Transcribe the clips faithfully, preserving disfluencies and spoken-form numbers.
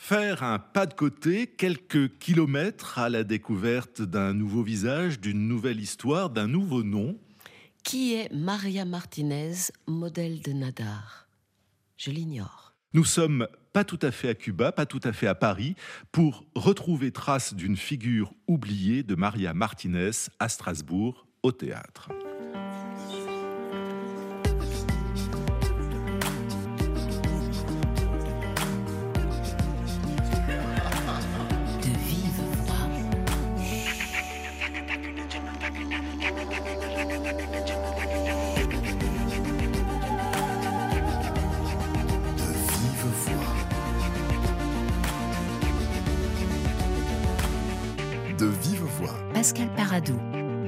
Faire un pas de côté, quelques kilomètres à la découverte d'un nouveau visage, d'une nouvelle histoire, d'un nouveau nom. Qui est Maria Martinez, modèle de Nadar ? Je l'ignore. Nous sommes pas tout à fait à Cuba, pas tout à fait à Paris, pour retrouver trace d'une figure oubliée de Maria Martinez à Strasbourg, au théâtre. De vive voix. Pascal Paradou.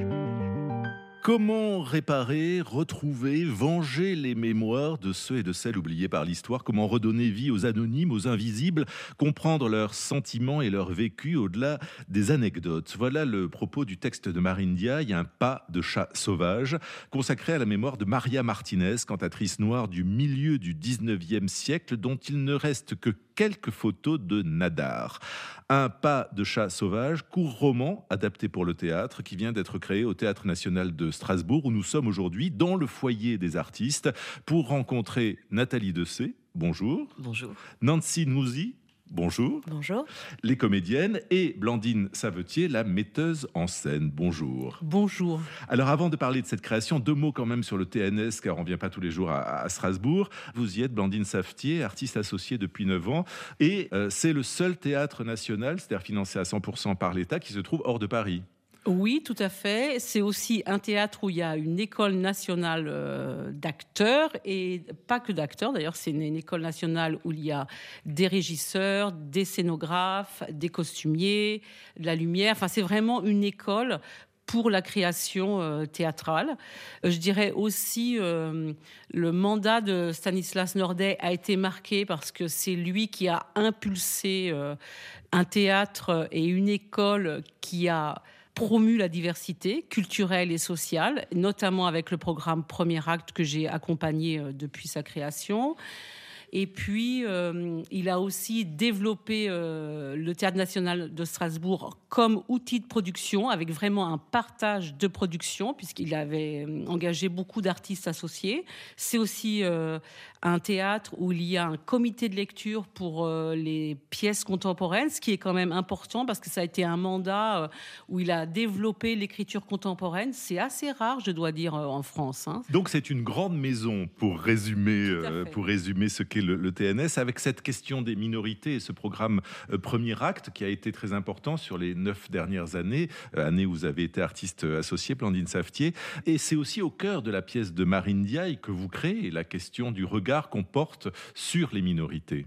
Comment réparer, retrouver, venger les mémoires de ceux et de celles oubliés par l'histoire ? Comment redonner vie aux anonymes, aux invisibles, comprendre leurs sentiments et leur vécu au-delà des anecdotes ? Voilà le propos du texte de Marine Diaye, Un pas de chat sauvage, consacré à la mémoire de Maria Martinez, cantatrice noire du milieu du dix-neuvième siècle, dont il ne reste que quelques photos de Nadar. Un pas de chat sauvage, court roman adapté pour le théâtre, qui vient d'être créé au Théâtre National de Strasbourg, où nous sommes aujourd'hui dans le foyer des artistes pour rencontrer Nathalie Dessay. Bonjour. Bonjour. Nancy Nouzy. Bonjour. Bonjour. Les comédiennes et Blandine Savetier, la metteuse en scène. Bonjour. Bonjour. Alors avant de parler de cette création, deux mots quand même sur le T N S, car on ne vient pas tous les jours à, à Strasbourg. Vous y êtes, Blandine Savetier, artiste associée depuis neuf ans. Et euh, c'est le seul théâtre national, c'est-à-dire financé à cent pour cent par l'État, qui se trouve hors de Paris. Oui, tout à fait. C'est aussi un théâtre où il y a une école nationale euh, d'acteurs, et pas que d'acteurs, d'ailleurs, c'est une, une école nationale où il y a des régisseurs, des scénographes, des costumiers, de la lumière. Enfin, c'est vraiment une école pour la création euh, théâtrale. Euh, je dirais aussi euh, le mandat de Stanislas Nordet a été marqué parce que c'est lui qui a impulsé euh, un théâtre et une école qui a promu la diversité culturelle et sociale, notamment avec le programme Premier Acte que j'ai accompagné euh, depuis sa création. Et puis, euh, il a aussi développé euh, le Théâtre National de Strasbourg comme outil de production, avec vraiment un partage de production, puisqu'il avait engagé beaucoup d'artistes associés. C'est aussi euh, un théâtre où il y a un comité de lecture pour euh, les pièces contemporaines, ce qui est quand même important, parce que ça a été un mandat euh, où il a développé l'écriture contemporaine. C'est assez rare, je dois dire, euh, en France. Hein. Donc c'est une grande maison, pour résumer, euh, pour résumer ce qu'est le, le T N S, avec cette question des minorités et ce programme euh, Premier Acte qui a été très important sur les neuf dernières années, euh, années où vous avez été artiste associée, Blandine Savetier. Et c'est aussi au cœur de la pièce de Marine Diaye que vous créez la question du regard qu'on porte sur les minorités.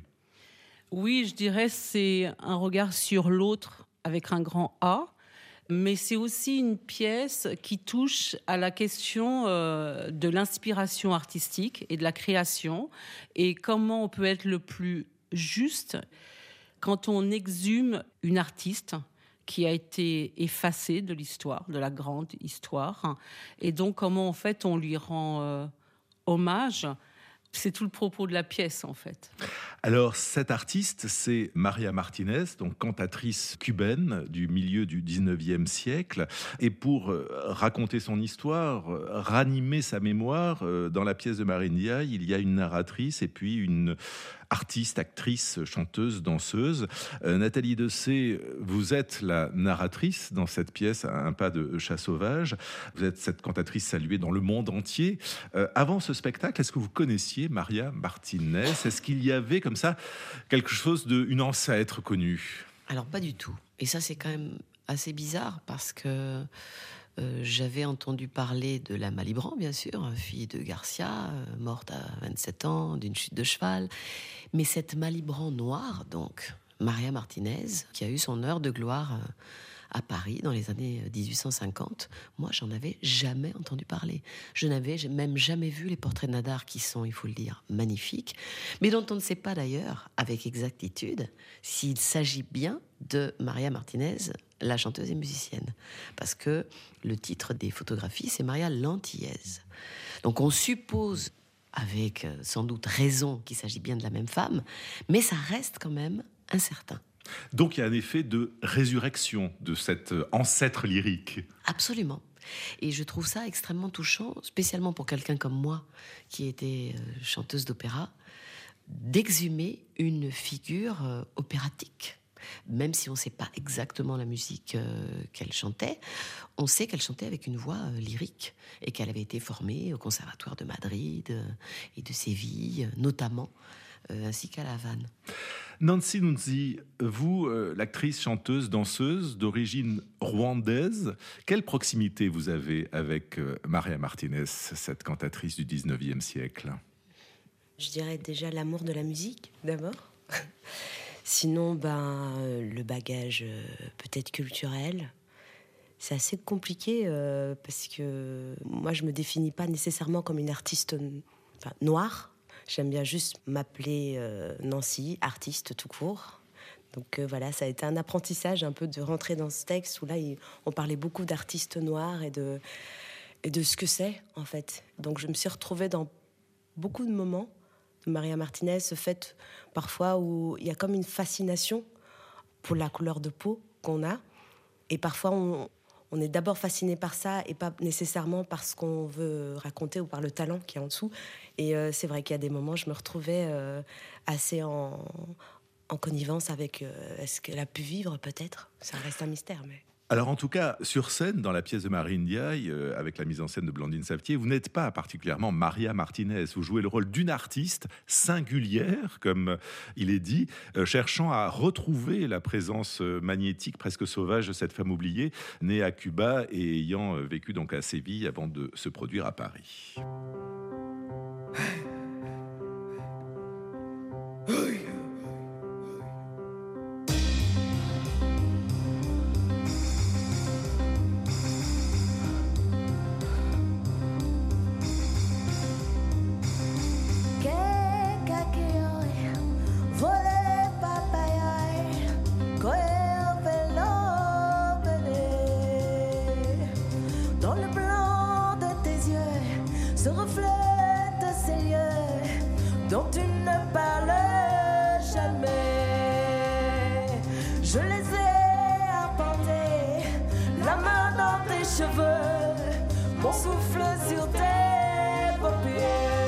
Oui, je dirais c'est un regard sur l'autre avec un grand A. Mais c'est aussi une pièce qui touche à la question euh, de l'inspiration artistique et de la création, et comment on peut être le plus juste quand on exhume une artiste qui a été effacée de l'histoire, de la grande histoire, et donc comment en fait on lui rend euh, hommage. C'est tout le propos de la pièce, en fait. Alors, cette artiste, c'est Maria Martinez, donc cantatrice cubaine du milieu du dix-neuvième siècle. Et pour raconter son histoire, ranimer sa mémoire, dans la pièce de Marine Diaye, il y a une narratrice et puis une artiste, actrice, chanteuse, danseuse. Euh, Nathalie Dessay, vous êtes la narratrice dans cette pièce, Un pas de chat sauvage. Vous êtes cette cantatrice saluée dans le monde entier. Euh, avant ce spectacle, est-ce que vous connaissiez Maria Martinez ? Est-ce qu'il y avait comme ça quelque chose de, une ancêtre connue ? Alors pas du tout. Et ça c'est quand même assez bizarre parce que Euh, j'avais entendu parler de la Malibran, bien sûr, fille de Garcia, euh, morte à vingt-sept ans d'une chute de cheval. Mais cette Malibran noire, donc, Maria Martinez, qui a eu son heure de gloire euh, à Paris dans les années dix-huit cent cinquante, moi, j'en avais jamais entendu parler. Je n'avais même jamais vu les portraits de Nadar, qui sont, il faut le dire, magnifiques, mais dont on ne sait pas d'ailleurs, avec exactitude, s'il s'agit bien de Maria Martinez, la chanteuse et musicienne. Parce que le titre des photographies, c'est Maria l'Antillaise. Donc on suppose, avec sans doute raison, qu'il s'agit bien de la même femme, mais ça reste quand même incertain. Donc il y a un effet de résurrection de cet ancêtre lyrique. Absolument. Et je trouve ça extrêmement touchant, spécialement pour quelqu'un comme moi, qui était chanteuse d'opéra, d'exhumer une figure euh, opératique. Même si on ne sait pas exactement la musique euh, qu'elle chantait, on sait qu'elle chantait avec une voix euh, lyrique et qu'elle avait été formée au Conservatoire de Madrid euh, et de Séville, notamment, euh, ainsi qu'à La Havane. Nancy Nunzi, vous, euh, l'actrice, chanteuse, danseuse d'origine rwandaise, quelle proximité vous avez avec euh, Maria Martinez, cette cantatrice du dix-neuvième siècle ? Je dirais déjà l'amour de la musique, d'abord. Sinon, ben, le bagage euh, peut-être culturel. C'est assez compliqué euh, parce que moi, je me définis pas nécessairement comme une artiste enfin, noire. J'aime bien juste m'appeler euh, Nancy, artiste tout court. Donc euh, voilà, ça a été un apprentissage un peu de rentrer dans ce texte où là, il, on parlait beaucoup d'artistes noirs et de, et de ce que c'est, en fait. Donc je me suis retrouvée dans beaucoup de moments de Maria Martinez, ce fait parfois où il y a comme une fascination pour la couleur de peau qu'on a. Et parfois, on, on est d'abord fasciné par ça et pas nécessairement par ce qu'on veut raconter ou par le talent qui est en dessous. Et euh, c'est vrai qu'il y a des moments, je me retrouvais euh, assez en, en connivence avec euh, est-ce qu'elle a pu vivre, peut-être. Ça reste un mystère, mais... Alors en tout cas, sur scène, dans la pièce de Marie Ndiaye, euh, avec la mise en scène de Blandine Savetier, vous n'êtes pas particulièrement Maria Martinez. Vous jouez le rôle d'une artiste singulière, comme il est dit, euh, cherchant à retrouver la présence euh, magnétique, presque sauvage de cette femme oubliée, née à Cuba et ayant euh, vécu donc à Séville avant de se produire à Paris. Se reflète ces lieux dont tu ne parles jamais. Je les ai apportés, la main dans tes cheveux, mon souffle sur tes paupières.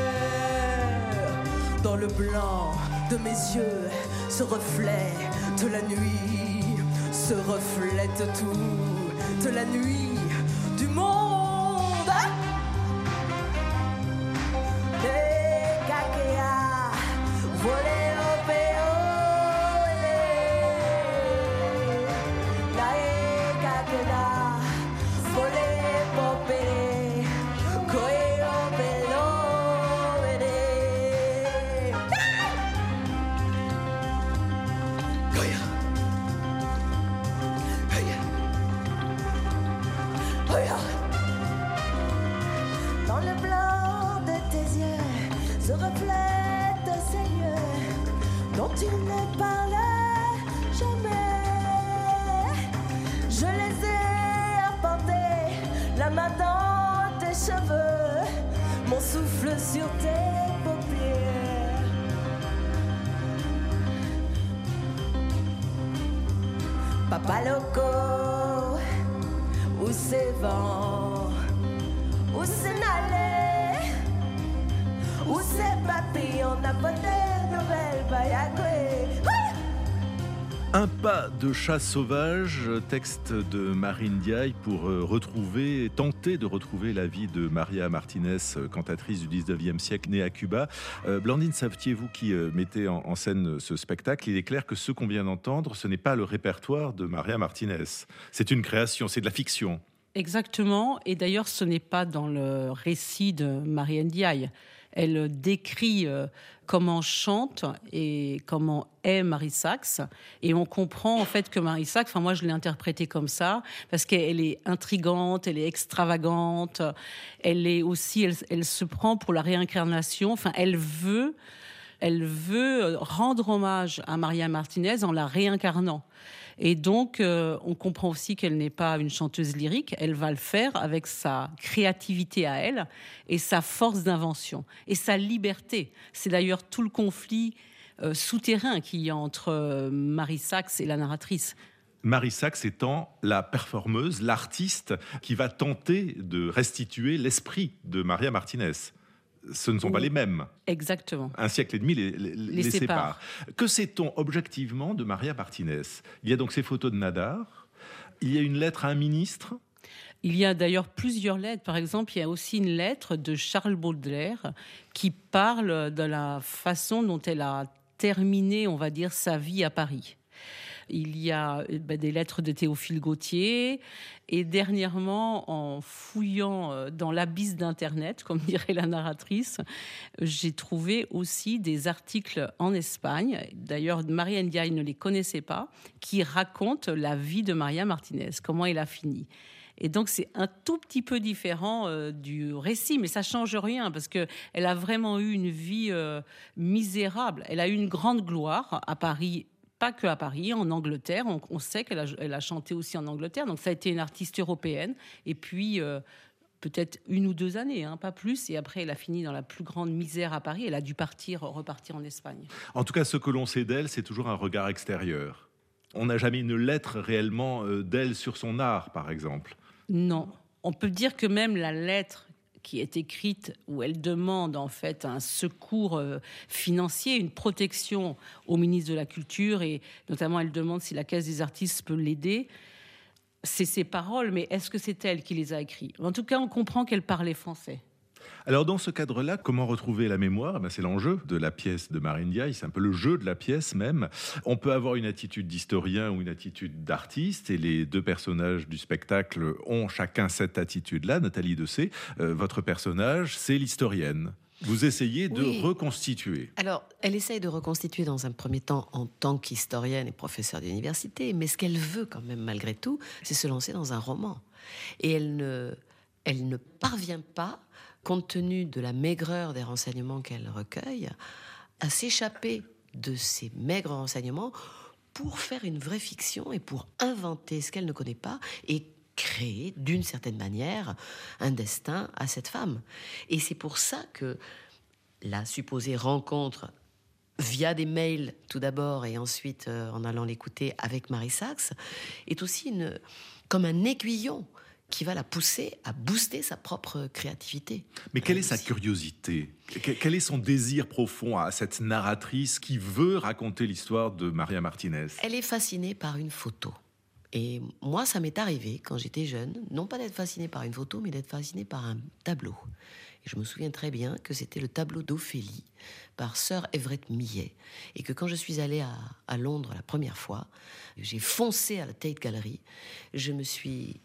Dans le blanc de mes yeux se reflète la nuit, se reflète toute la nuit du monde. Dans le blanc de tes yeux se reflètent ces lieux dont tu ne parles jamais. Je les ai apportés, la main dans tes cheveux, mon souffle sur tes paupières. Papa Loco, où c'est vent, où c'est n'allé, où c'est papillon, n'a pas de nouvelles, bayagoué. Un pas de chat sauvage, texte de Marie Ndiaye pour retrouver, tenter de retrouver la vie de Maria Martinez, cantatrice du dix-neuvième siècle, née à Cuba. Euh, Blandine Savetier, vous qui mettez en, en scène ce spectacle, il est clair que ce qu'on vient d'entendre, ce n'est pas le répertoire de Maria Martinez. C'est une création, c'est de la fiction. Exactement, et d'ailleurs ce n'est pas dans le récit de Marie Ndiaye. Elle décrit euh, comment chante et comment est Marie Saxe. Et on comprend en fait que Marie Saxe, enfin moi je l'ai interprétée comme ça, parce qu'elle est intrigante, elle est extravagante, elle est aussi, elle, elle se prend pour la réincarnation, enfin elle veut... Elle veut rendre hommage à Maria Martinez en la réincarnant. Et donc, euh, on comprend aussi qu'elle n'est pas une chanteuse lyrique. Elle va le faire avec sa créativité à elle et sa force d'invention et sa liberté. C'est d'ailleurs tout le conflit euh, souterrain qu'il y a entre euh, Marie Saxe et la narratrice. Marie Saxe étant la performeuse, l'artiste qui va tenter de restituer l'esprit de Maria Martinez. Ce ne sont Oui. pas les mêmes. Exactement. Un siècle et demi les, les, les Les sépare. sépare. Que sait-on objectivement de Maria Martinez? Il y a donc ces photos de Nadar. Il y a une lettre à un ministre. Il y a d'ailleurs plusieurs lettres. Par exemple, il y a aussi une lettre de Charles Baudelaire qui parle de la façon dont elle a terminé, on va dire, sa vie à Paris. Il y a ben, des lettres de Théophile Gautier. Et dernièrement, en fouillant dans l'abysse d'Internet, comme dirait la narratrice, j'ai trouvé aussi des articles en Espagne. D'ailleurs, Maria Ndiaye ne les connaissait pas, qui racontent la vie de Maria Martinez, comment elle a fini. Et donc, c'est un tout petit peu différent euh, du récit, mais ça change rien parce qu'elle a vraiment eu une vie euh, misérable. Elle a eu une grande gloire à Paris, pas que à Paris, en Angleterre. On, on sait qu'elle a, elle a chanté aussi en Angleterre, donc ça a été une artiste européenne. Et puis, euh, peut-être une ou deux années, hein, pas plus. Et après, elle a fini dans la plus grande misère à Paris. Elle a dû partir, repartir en Espagne. En tout cas, ce que l'on sait d'elle, c'est toujours un regard extérieur. On n'a jamais une lettre réellement euh, d'elle sur son art, par exemple. Non. On peut dire que même la lettre qui est écrite, où elle demande en fait un secours euh, financier, une protection au ministre de la Culture, et notamment elle demande si la Caisse des artistes peut l'aider. C'est ses paroles, mais est-ce que c'est elle qui les a écrites? En tout cas, on comprend qu'elle parlait français. Alors, dans ce cadre-là, comment retrouver la mémoire? Ben, c'est l'enjeu de la pièce de Marie Ndiaye, c'est un peu le jeu de la pièce même. On peut avoir une attitude d'historien ou une attitude d'artiste, et les deux personnages du spectacle ont chacun cette attitude-là. Nathalie Dessay, euh, votre personnage, c'est l'historienne. Vous essayez de Oui. reconstituer. Alors, elle essaye de reconstituer dans un premier temps en tant qu'historienne et professeure d'université, mais ce qu'elle veut quand même malgré tout, c'est se lancer dans un roman. Et elle ne, elle ne parvient pas, compte tenu de la maigreur des renseignements qu'elle recueille, à s'échapper de ces maigres renseignements pour faire une vraie fiction et pour inventer ce qu'elle ne connaît pas et créer d'une certaine manière un destin à cette femme. Et c'est pour ça que la supposée rencontre via des mails tout d'abord et ensuite euh, en allant l'écouter avec Marie Saxe est aussi une, comme un aiguillon qui va la pousser à booster sa propre créativité. Mais quelle est Elle sa aussi. curiosité? Quel est son désir profond à cette narratrice qui veut raconter l'histoire de Maria Martinez? Elle est fascinée par une photo. Et moi, ça m'est arrivé quand j'étais jeune, non pas d'être fascinée par une photo, mais d'être fascinée par un tableau. Et je me souviens très bien que c'était le tableau d'Ophélie par Sir Everett Millet. Et que quand je suis allée à, à Londres la première fois, j'ai foncé à la Tate Gallery, je me suis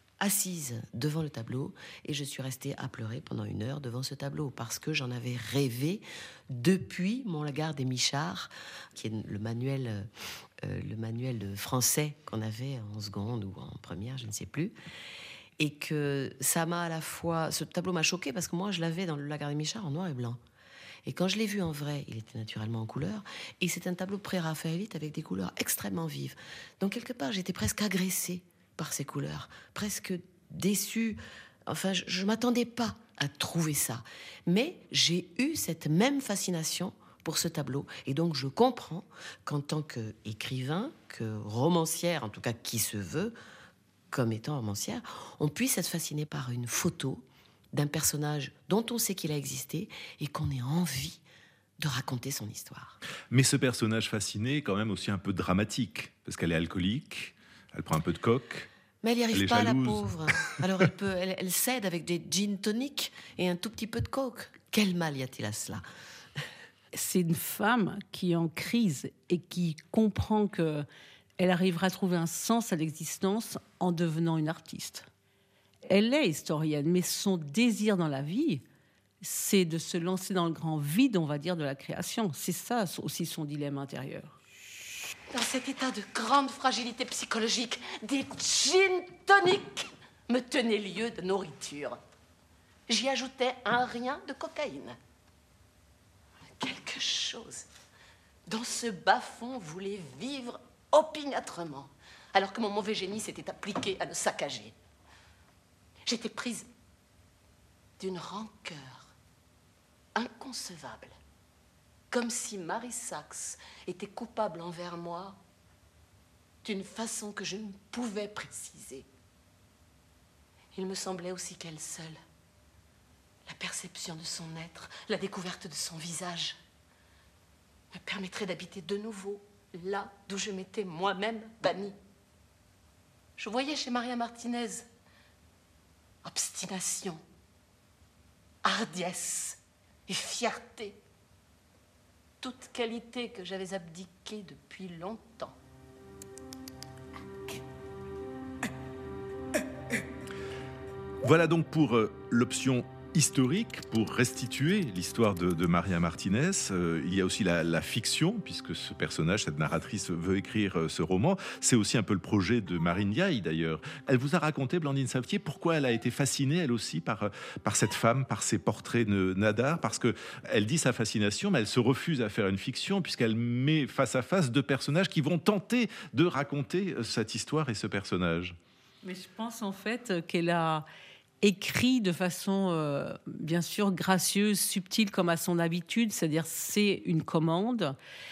assise devant le tableau et je suis restée à pleurer pendant une heure devant ce tableau parce que j'en avais rêvé depuis mon Lagarde des Michards, qui est le manuel, euh, le manuel de français qu'on avait en seconde ou en première, je ne sais plus. Et que ça m'a à la fois... Ce tableau m'a choquée parce que moi, je l'avais dans le Lagarde des Michards en noir et blanc. Et quand je l'ai vu en vrai, il était naturellement en couleur. Et c'est un tableau pré-raphaélite avec des couleurs extrêmement vives. Donc, quelque part, j'étais presque agressée par ces couleurs, presque déçue. Enfin, je ne m'attendais pas à trouver ça. Mais j'ai eu cette même fascination pour ce tableau. Et donc, je comprends qu'en tant qu'écrivain, que romancière, en tout cas qui se veut, comme étant romancière, on puisse être fasciné par une photo d'un personnage dont on sait qu'il a existé et qu'on ait envie de raconter son histoire. Mais ce personnage fasciné est quand même aussi un peu dramatique, parce qu'elle est alcoolique, elle prend un peu de coke. Mais elle n'y Elle arrive est pas, jalouse. la pauvre. Alors elle, peut, elle, elle cède avec des gin tonic et un tout petit peu de coke. Quel mal y a-t-il à cela? C'est une femme qui est en crise et qui comprend que elle arrivera à trouver un sens à l'existence en devenant une artiste. Elle est historienne, mais son désir dans la vie, c'est de se lancer dans le grand vide, on va dire, de la création. C'est ça aussi son dilemme intérieur. Dans cet état de grande fragilité psychologique, des gin toniques me tenaient lieu de nourriture. J'y ajoutais un rien de cocaïne. Quelque chose dans ce bas-fond voulait vivre opiniâtrement, alors que mon mauvais génie s'était appliqué à le saccager. J'étais prise d'une rancœur inconcevable. comme si Marie Saxe était coupable envers moi d'une façon que je ne pouvais préciser. Il me semblait aussi qu'elle seule, la perception de son être, la découverte de son visage, me permettrait d'habiter de nouveau là d'où je m'étais moi-même bannie. Je voyais chez Maria Martinez obstination, hardiesse et fierté, toutes qualités que j'avais abdiquées depuis longtemps. Voilà donc pour euh, l'option historique, pour restituer l'histoire de, de Maria Martinez. Euh, il y a aussi la, la fiction, puisque ce personnage, cette narratrice, veut écrire euh, ce roman. C'est aussi un peu le projet de Marine Diaye, d'ailleurs. Elle vous a raconté, Blandine Savetier, pourquoi elle a été fascinée, elle aussi, par, par cette femme, par ses portraits de Nadar, parce qu'elle dit sa fascination, mais elle se refuse à faire une fiction, puisqu'elle met face à face deux personnages qui vont tenter de raconter cette histoire et ce personnage. Mais je pense en fait qu'elle a écrit de façon euh, bien sûr gracieuse, subtile comme à son habitude, c'est-à-dire c'est une commande.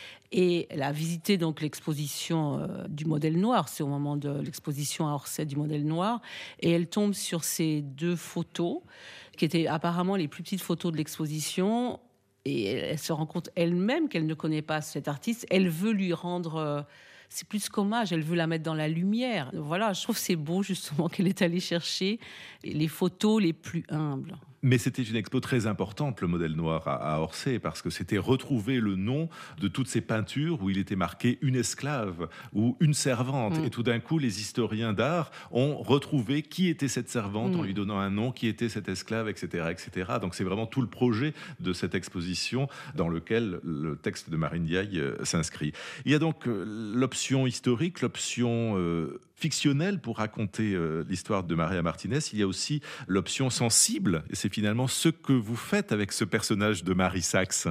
Et elle a visité donc l'exposition euh, du modèle noir, c'est au moment de l'exposition à Orsay du modèle noir, et elle tombe sur ces deux photos qui étaient apparemment les plus petites photos de l'exposition. Et elle se rend compte elle-même qu'elle ne connaît pas cet artiste. Elle veut lui rendre euh, c'est plus qu'hommage, elle veut la mettre dans la lumière. Voilà, je trouve que c'est beau justement qu'elle est allée chercher les photos les plus humbles. Mais c'était une expo très importante, le modèle noir à Orsay, parce que c'était retrouver le nom de toutes ces peintures où il était marqué une esclave ou une servante. Mmh. Et tout d'un coup, les historiens d'art ont retrouvé qui était cette servante mmh. en lui donnant un nom, qui était cette esclave, et cetera, et cetera. Donc c'est vraiment tout le projet de cette exposition dans lequel le texte de Marine Diaye euh, s'inscrit. Il y a donc euh, l'option historique, l'option euh, fictionnelle pour raconter euh, l'histoire de Maria Martinez. Il y a aussi l'option sensible, et c'est finalement ce que vous faites avec ce personnage de Marie Saxe.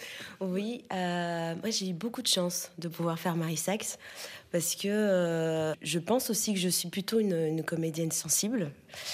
Oui, euh, moi j'ai eu beaucoup de chance de pouvoir faire Marie Saxe, parce que euh, je pense aussi que je suis plutôt une, une comédienne sensible,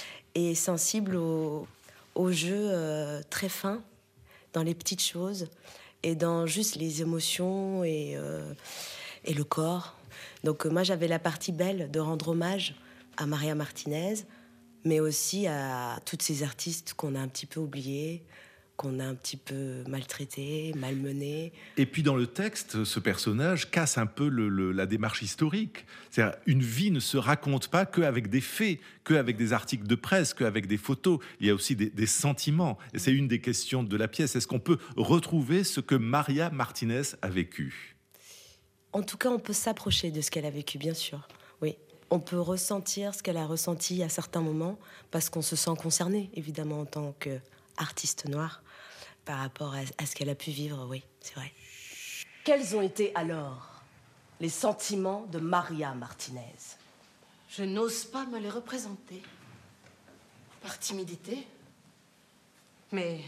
et sensible au, au jeu euh, très fin, dans les petites choses, et dans juste les émotions et, euh, et le corps. Donc euh, moi j'avais la partie belle de rendre hommage à Maria Martinez, mais aussi à toutes ces artistes qu'on a un petit peu oubliés, qu'on a un petit peu maltraités, malmenés. Et puis dans le texte, ce personnage casse un peu le, le, la démarche historique. C'est-à-dire, une vie ne se raconte pas qu'avec des faits, qu'avec des articles de presse, qu'avec des photos. Il y a aussi des, des sentiments. Et c'est une des questions de la pièce. Est-ce qu'on peut retrouver ce que Maria Martinez a vécu ? En tout cas, on peut s'approcher de ce qu'elle a vécu, bien sûr. Oui. On peut ressentir ce qu'elle a ressenti à certains moments, parce qu'on se sent concerné, évidemment, en tant qu'artiste noire, par rapport à, à ce qu'elle a pu vivre, oui, c'est vrai. Quels ont été alors les sentiments de Maria Martinez ? Je n'ose pas me les représenter, par timidité. Mais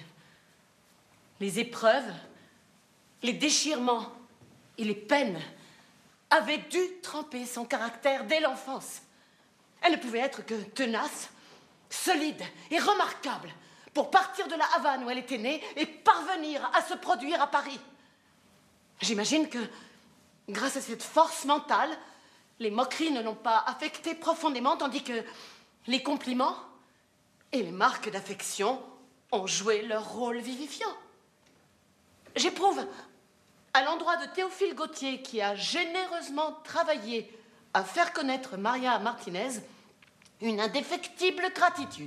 les épreuves, les déchirements et les peines avait dû tremper son caractère dès l'enfance. Elle ne pouvait être que tenace, solide et remarquable pour partir de la Havane où elle était née et parvenir à se produire à Paris. J'imagine que, grâce à cette force mentale, les moqueries ne l'ont pas affectée profondément, tandis que les compliments et les marques d'affection ont joué leur rôle vivifiant. J'éprouve, à l'endroit de Théophile Gautier, qui a généreusement travaillé à faire connaître Maria Martinez, une indéfectible gratitude.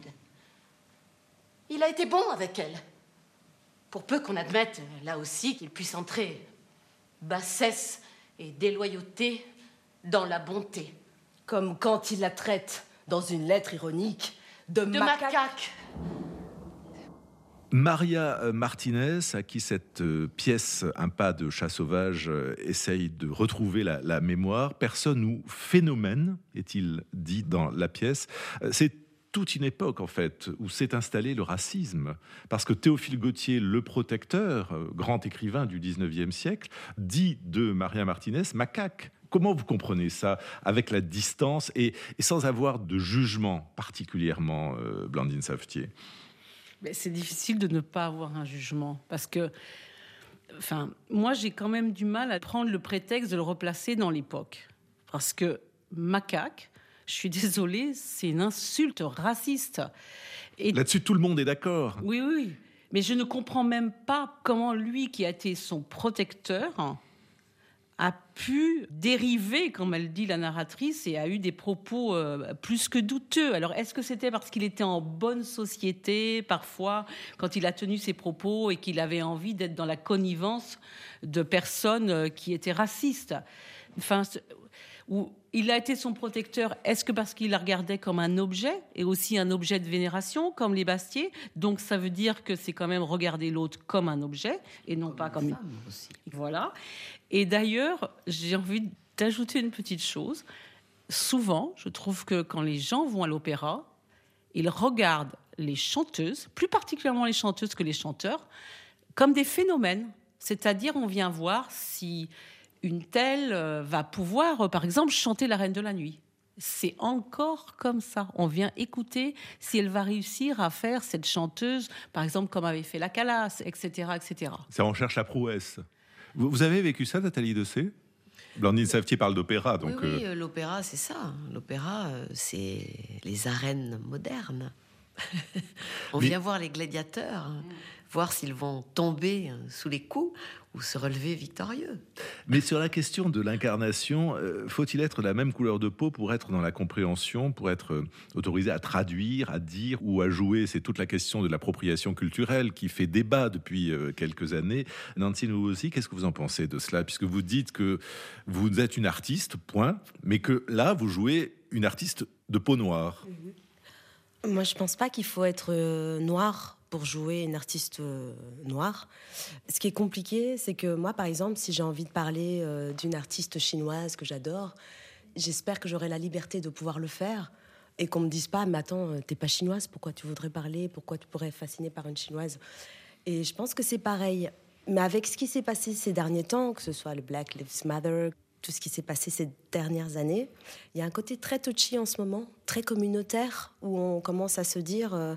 Il a été bon avec elle, pour peu qu'on admette, là aussi, qu'il puisse entrer bassesse et déloyauté dans la bonté. Comme quand il la traite, dans une lettre ironique, de, de macaque. macaque. Maria Martinez, à qui cette pièce, un pas de chat sauvage, essaye de retrouver la, la mémoire, personne ou phénomène, est-il dit dans la pièce. C'est toute une époque, en fait, où s'est installé le racisme. Parce que Théophile Gautier, le protecteur, grand écrivain du dix-neuvième siècle, dit de Maria Martinez « macaque ». Comment vous comprenez ça, avec la distance et, et sans avoir de jugement, particulièrement, euh, Blandine Savetier ? Mais c'est difficile de ne pas avoir un jugement, parce que Enfin, moi, j'ai quand même du mal à prendre le prétexte de le replacer dans l'époque. Parce que macaque, je suis désolée, c'est une insulte raciste. Et... Là-dessus, tout le monde est d'accord. Oui, oui. Mais je ne comprends même pas comment lui, qui a été son protecteur, a pu dériver, comme elle dit la narratrice, et a eu des propos euh, plus que douteux. Alors, est-ce que c'était parce qu'il était en bonne société, parfois, quand il a tenu ses propos et qu'il avait envie d'être dans la connivence de personnes qui étaient racistes ? Enfin, où il a été son protecteur, est-ce que parce qu'il la regardait comme un objet, et aussi un objet de vénération, comme les Bastier ? Donc, ça veut dire que c'est quand même regarder l'autre comme un objet, et non comme pas comme une femme aussi. Voilà. Et d'ailleurs, j'ai envie d'ajouter une petite chose. Souvent, je trouve que quand les gens vont à l'opéra, ils regardent les chanteuses, plus particulièrement les chanteuses que les chanteurs, comme des phénomènes. C'est-à-dire, on vient voir si une telle va pouvoir, par exemple, chanter La Reine de la Nuit. C'est encore comme ça. On vient écouter si elle va réussir à faire cette chanteuse, par exemple, comme avait fait la Calas, et cetera, et cetera. Ça, on cherche la prouesse. Vous avez vécu ça, Nathalie Dessay ? Blandine Savetier parle d'opéra. Donc oui, oui euh... l'opéra, c'est ça. L'opéra, c'est les arènes modernes. On Mais... vient voir les gladiateurs, hein, voir s'ils vont tomber sous les coups ou se relever victorieux. Mais sur la question de l'incarnation, euh, faut-il être de la même couleur de peau pour être dans la compréhension, pour être euh, autorisé à traduire, à dire ou à jouer ? C'est toute la question de l'appropriation culturelle qui fait débat depuis euh, quelques années. Nancy Nououzi, qu'est-ce que vous en pensez de cela ? Puisque vous dites que vous êtes une artiste, point, mais que là, vous jouez une artiste de peau noire. Mmh. Moi, je ne pense pas qu'il faut être euh, noir pour jouer une artiste euh, noire. Ce qui est compliqué, c'est que moi, par exemple, si j'ai envie de parler euh, d'une artiste chinoise que j'adore, j'espère que j'aurai la liberté de pouvoir le faire et qu'on me dise pas, mais attends, t'es pas chinoise, pourquoi tu voudrais parler, pourquoi tu pourrais être fascinée par une chinoise ? Et je pense que c'est pareil. Mais avec ce qui s'est passé ces derniers temps, que ce soit le Black Lives Matter, tout ce qui s'est passé ces dernières années, il y a un côté très touchy en ce moment, très communautaire, où on commence à se dire... Euh,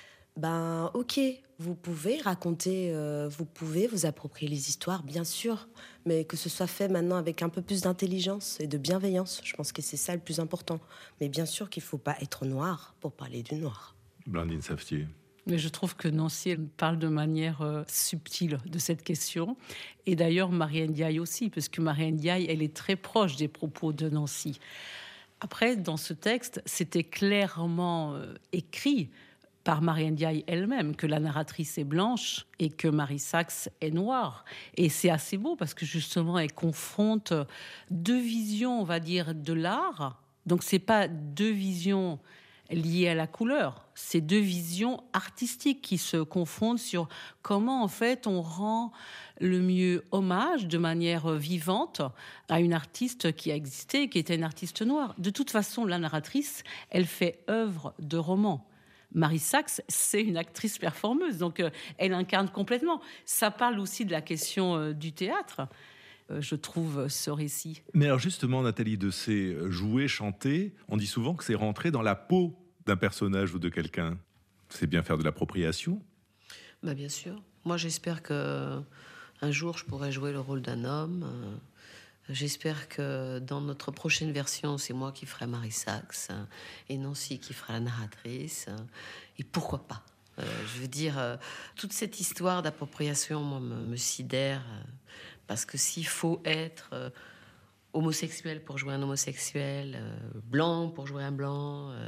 Ben, ok, vous pouvez raconter, euh, vous pouvez vous approprier les histoires, bien sûr, mais que ce soit fait maintenant avec un peu plus d'intelligence et de bienveillance. Je pense que c'est ça le plus important. Mais bien sûr qu'il ne faut pas être noir pour parler du noir. Blandine Savetier. Mais je trouve que Nancy elle parle de manière euh, subtile de cette question. Et d'ailleurs, Marianne Ndiaye aussi, parce que Marianne Ndiaye, elle est très proche des propos de Nancy. Après, dans ce texte, c'était clairement euh, écrit par Marianne Ndiaye elle-même, que la narratrice est blanche et que Marie Saxe est noire. Et c'est assez beau parce que justement, elle confronte deux visions, on va dire, de l'art. Donc, c'est pas deux visions liées à la couleur, c'est deux visions artistiques qui se confondent sur comment, en fait, on rend le mieux hommage de manière vivante à une artiste qui a existé, qui était une artiste noire. De toute façon, la narratrice, elle fait œuvre de roman. Marie Saxe, c'est une actrice performeuse, donc euh, elle incarne complètement. Ça parle aussi de la question euh, du théâtre, euh, je trouve, ce récit. Mais alors justement, Nathalie Dessay, jouer, chanter, on dit souvent que c'est rentrer dans la peau d'un personnage ou de quelqu'un. C'est bien faire de l'appropriation ? Bah bien sûr. Moi, j'espère qu'un jour, je pourrai jouer le rôle d'un homme. Euh... J'espère que dans notre prochaine version, c'est moi qui ferai Marie Saxe et Nancy qui fera la narratrice. Et pourquoi pas ? euh, Je veux dire, euh, toute cette histoire d'appropriation, moi, me, me sidère. Euh, parce que s'il faut être euh, homosexuel pour jouer un homosexuel, euh, blanc pour jouer un blanc, euh,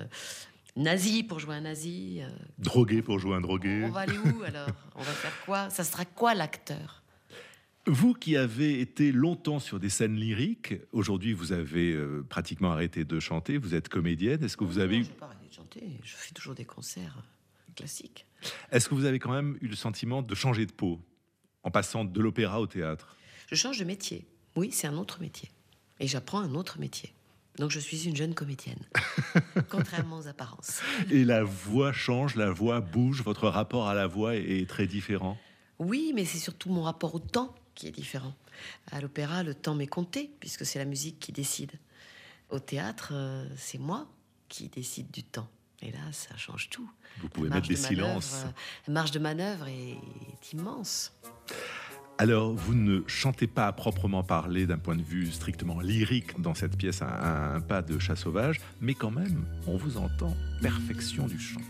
nazi pour jouer un nazi... Euh, drogué pour jouer un drogué... On va aller où alors ? On va faire quoi ? Ça sera quoi l'acteur ? Vous qui avez été longtemps sur des scènes lyriques, aujourd'hui vous avez euh, pratiquement arrêté de chanter, vous êtes comédienne, est-ce que vous avez... Non, eu... je n'ai pas arrêté de chanter, je fais toujours des concerts classiques. Est-ce que vous avez quand même eu le sentiment de changer de peau, en passant de l'opéra au théâtre ? Je change de métier, oui, c'est un autre métier. Et j'apprends un autre métier. Donc je suis une jeune comédienne, contrairement aux apparences. Et la voix change, la voix bouge, votre rapport à la voix est très différent ? Oui, mais c'est surtout mon rapport au temps qui est différent. À l'opéra, le temps m'est compté, puisque c'est la musique qui décide. Au théâtre, euh, c'est moi qui décide du temps. Et là, ça change tout. Vous pouvez mettre des de silences. Euh, la marge de manœuvre est immense. Alors, vous ne chantez pas à proprement parler d'un point de vue strictement lyrique dans cette pièce, un, un pas de chat sauvage, mais quand même, on vous entend perfection du chant.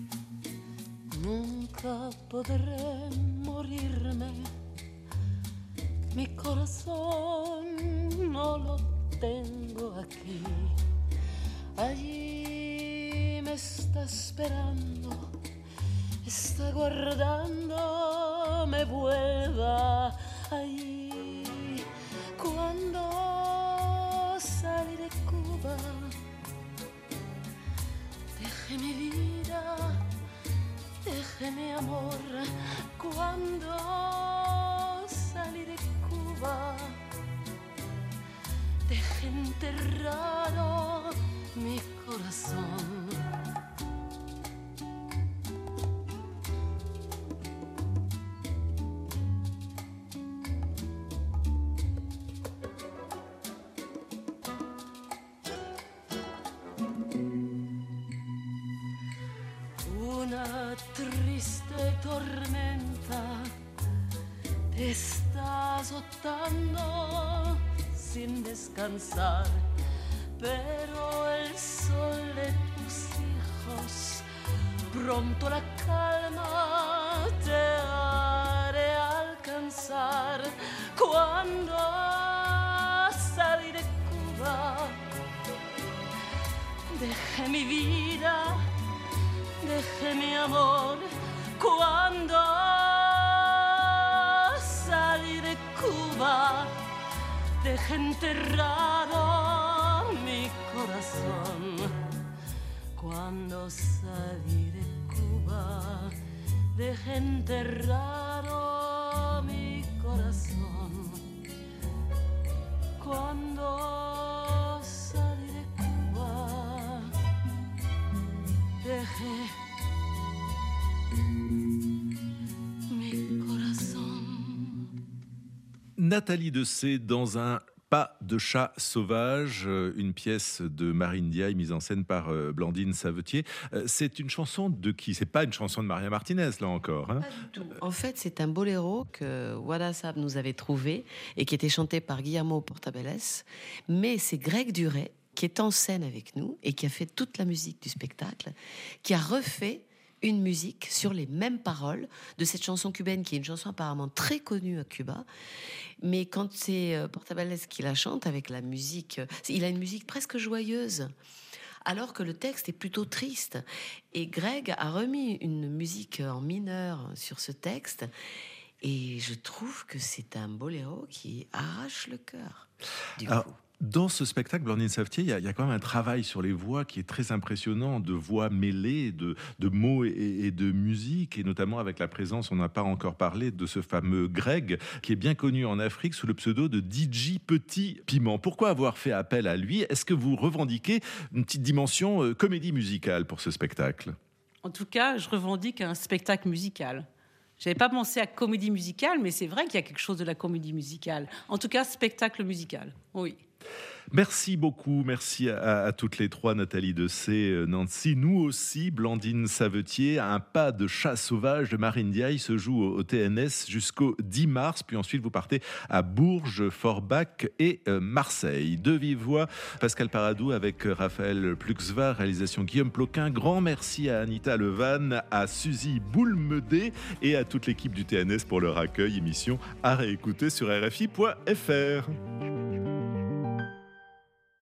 Nunca podré morirme, mi corazón no lo tengo aquí. Allí me está esperando, está guardando, me vuelva allí. Cuando salí de Cuba, dejé mi vida, dejé mi amor. Cuando salí de Cuba, dejé enterrado mi corazón. Una triste tormenta te está azotando sin descansar, pero el sol de tus hijos pronto la calma te haré alcanzar. Cuando salí de Cuba, dejé mi vida, dejé mi amor. Cuando salí de Cuba, dejé enterrado mi corazón. Cuando salí de Cuba, dejé enterrado mi corazón. Cuando salí de Cuba, dejé mi corazón. Nathalie Dessay dans un Pas de chat sauvage, une pièce de Marine Diaye mise en scène par Blandine Savetier. C'est une chanson de qui ? C'est pas une chanson de Maria Martinez, là encore. Hein ? Pas du tout. En fait, c'est un boléro que Wada Saab nous avait trouvé et qui était chanté par Guillermo Portabelles. Mais c'est Greg Duret qui est en scène avec nous et qui a fait toute la musique du spectacle, qui a refait une musique sur les mêmes paroles de cette chanson cubaine, qui est une chanson apparemment très connue à Cuba. Mais quand c'est Portabelles qui la chante avec la musique, il a une musique presque joyeuse, alors que le texte est plutôt triste. Et Greg a remis une musique en mineur sur ce texte, et je trouve que c'est un boléro qui arrache le cœur. Du Alors, coup. Dans ce spectacle, Blandine Savetier, il y, a, il y a quand même un travail sur les voix qui est très impressionnant, de voix mêlées, de, de mots et, et de musique, et notamment avec la présence, on n'a pas encore parlé, de ce fameux Greg, qui est bien connu en Afrique sous le pseudo de D J Petit Piment. Pourquoi avoir fait appel à lui ? Est-ce que vous revendiquez une petite dimension euh, comédie musicale pour ce spectacle ? En tout cas, je revendique un spectacle musical. Je n'avais pas pensé à comédie musicale, mais c'est vrai qu'il y a quelque chose de la comédie musicale. En tout cas, spectacle musical, oui. Merci beaucoup, merci à, à toutes les trois, Nathalie Dessay, Nancy, nous aussi, Blandine Savetier. Un pas de chat sauvage de Marine Diaye se joue au, au T N S jusqu'au dix mars, puis ensuite vous partez à Bourges, Forbach et euh, Marseille. De vive voix, Pascal Paradou avec Raphaël Pluxva, réalisation Guillaume Ploquin. Grand merci à Anita Levan, à Suzy Boulmedé et à toute l'équipe du T N S pour leur accueil. Émission à réécouter sur R F I point F R.